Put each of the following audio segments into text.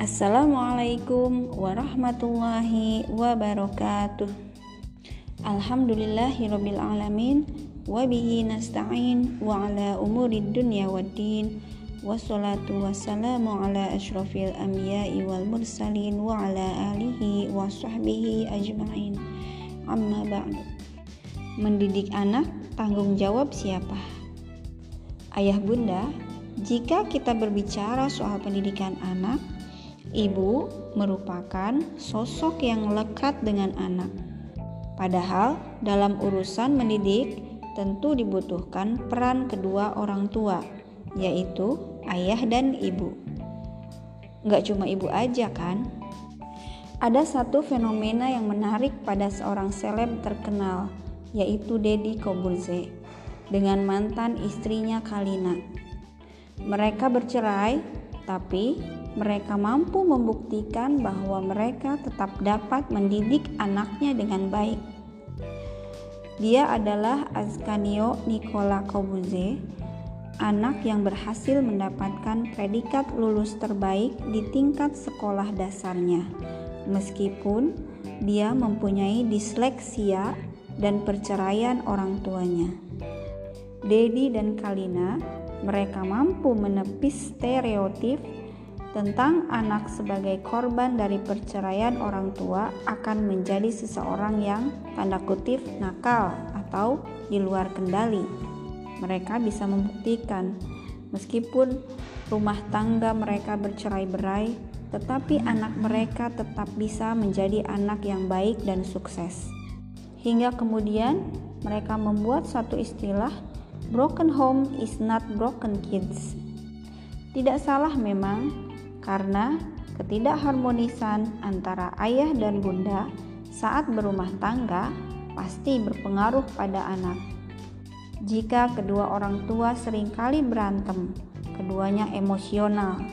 Assalamualaikum warahmatullahi wabarakatuh. Alhamdulillahirabbil alamin wa bihi nasta'in wa ala umurid dunya waddin. Wassalatu wassalamu ala asyrafil anbiya'i wal mursalin wa ala alihi wa sahbihi ajma'in. Amma ba'du. Mendidik anak tanggung jawab siapa? Ayah bunda, jika kita berbicara soal pendidikan anak, ibu merupakan sosok yang lekat dengan anak. Padahal dalam urusan mendidik tentu dibutuhkan peran kedua orang tua, yaitu ayah dan ibu. Nggak cuma ibu aja kan? Ada satu fenomena yang menarik pada seorang seleb terkenal, yaitu Deddy Corbuzier dengan mantan istrinya Kalina. Mereka bercerai, tapi mereka mampu membuktikan bahwa mereka tetap dapat mendidik anaknya dengan baik. Dia adalah Ascanio Nicola Corbuzier, anak yang berhasil mendapatkan predikat lulus terbaik di tingkat sekolah dasarnya, meskipun dia mempunyai disleksia dan perceraian orang tuanya. Deddy dan Kalina, mereka mampu menepis stereotip tentang anak sebagai korban dari perceraian orang tua akan menjadi seseorang yang tanda kutip nakal atau di luar kendali. Mereka bisa membuktikan meskipun rumah tangga mereka bercerai-berai, tetapi anak mereka tetap bisa menjadi anak yang baik dan sukses. Hingga kemudian mereka membuat satu istilah, broken home is not broken kids. Tidak salah memang, karena ketidakharmonisan antara ayah dan bunda saat berumah tangga pasti berpengaruh pada anak. Jika kedua orang tua seringkali berantem, keduanya emosional,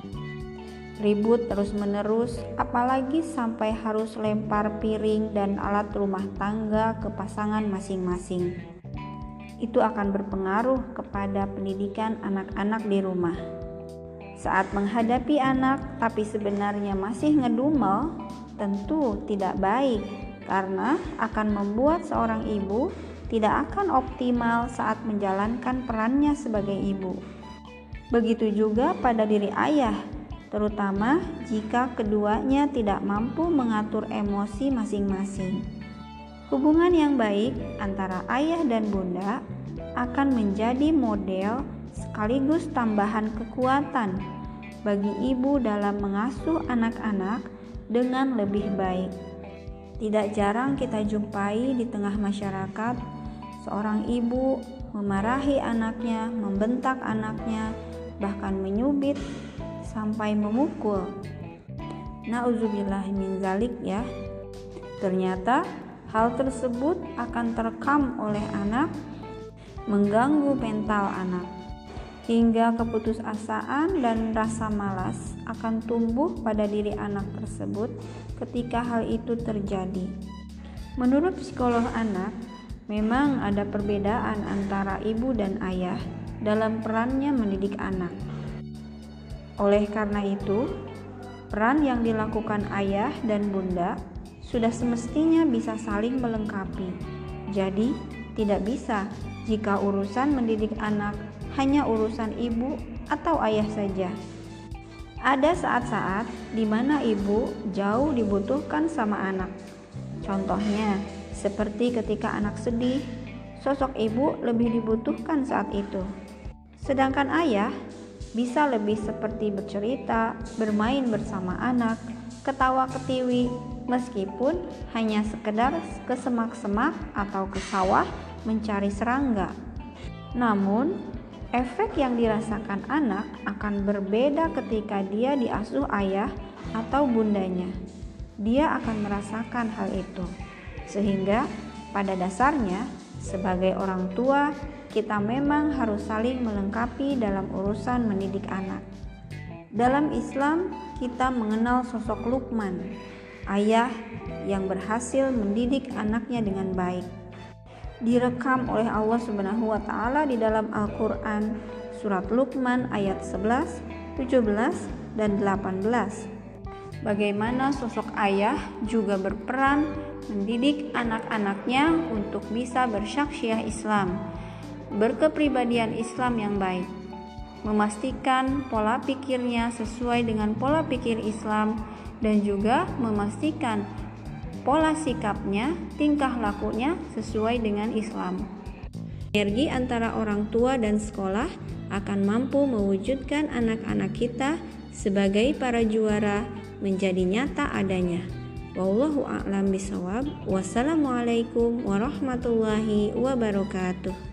ribut terus-menerus, apalagi sampai harus lempar piring dan alat rumah tangga ke pasangan masing-masing, itu akan berpengaruh kepada pendidikan anak-anak di rumah. Saat menghadapi anak tapi sebenarnya masih ngedumel, tentu tidak baik karena akan membuat seorang ibu tidak akan optimal saat menjalankan perannya sebagai ibu. Begitu juga pada diri ayah, terutama jika keduanya tidak mampu mengatur emosi masing-masing. Hubungan yang baik antara ayah dan bunda akan menjadi model sekaligus tambahan kekuatan bagi ibu dalam mengasuh anak-anak dengan lebih baik. Tidak jarang kita jumpai di tengah masyarakat seorang ibu memarahi anaknya, membentak anaknya, bahkan menyubit sampai memukul. Nauzubillah min zalik ya. Ternyata hal tersebut akan terekam oleh anak, mengganggu mental anak, hingga keputusasaan dan rasa malas akan tumbuh pada diri anak tersebut ketika hal itu terjadi. Menurut psikolog anak, memang ada perbedaan antara ibu dan ayah dalam perannya mendidik anak. Oleh karena itu, peran yang dilakukan ayah dan bunda sudah semestinya bisa saling melengkapi. Jadi, tidak bisa jika urusan mendidik anak hanya urusan ibu atau ayah saja. Ada saat-saat di mana ibu jauh dibutuhkan sama anak. Contohnya, seperti ketika anak sedih, sosok ibu lebih dibutuhkan saat itu. Sedangkan ayah bisa lebih seperti bercerita, bermain bersama anak, ketawa ketiwi, meskipun hanya sekedar ke semak-semak atau ke sawah mencari serangga. Namun, efek yang dirasakan anak akan berbeda ketika dia diasuh ayah atau bundanya. Dia akan merasakan hal itu. Sehingga pada dasarnya sebagai orang tua kita memang harus saling melengkapi dalam urusan mendidik anak. Dalam Islam kita mengenal sosok Luqman, ayah yang berhasil mendidik anaknya dengan baik. Direkam oleh Allah Subhanahu wa taala di dalam Al-Qur'an surat Luqman ayat 11, 17 dan 18. Bagaimana sosok ayah juga berperan mendidik anak-anaknya untuk bisa bersyakhsiah Islam, berkepribadian Islam yang baik, memastikan pola pikirnya sesuai dengan pola pikir Islam, dan juga memastikan pola sikapnya, tingkah lakunya sesuai dengan Islam. Sinergi antara orang tua dan sekolah akan mampu mewujudkan anak-anak kita sebagai para juara menjadi nyata adanya. Wallahu a'lam bishawab. Wassalamualaikum warahmatullahi wabarakatuh.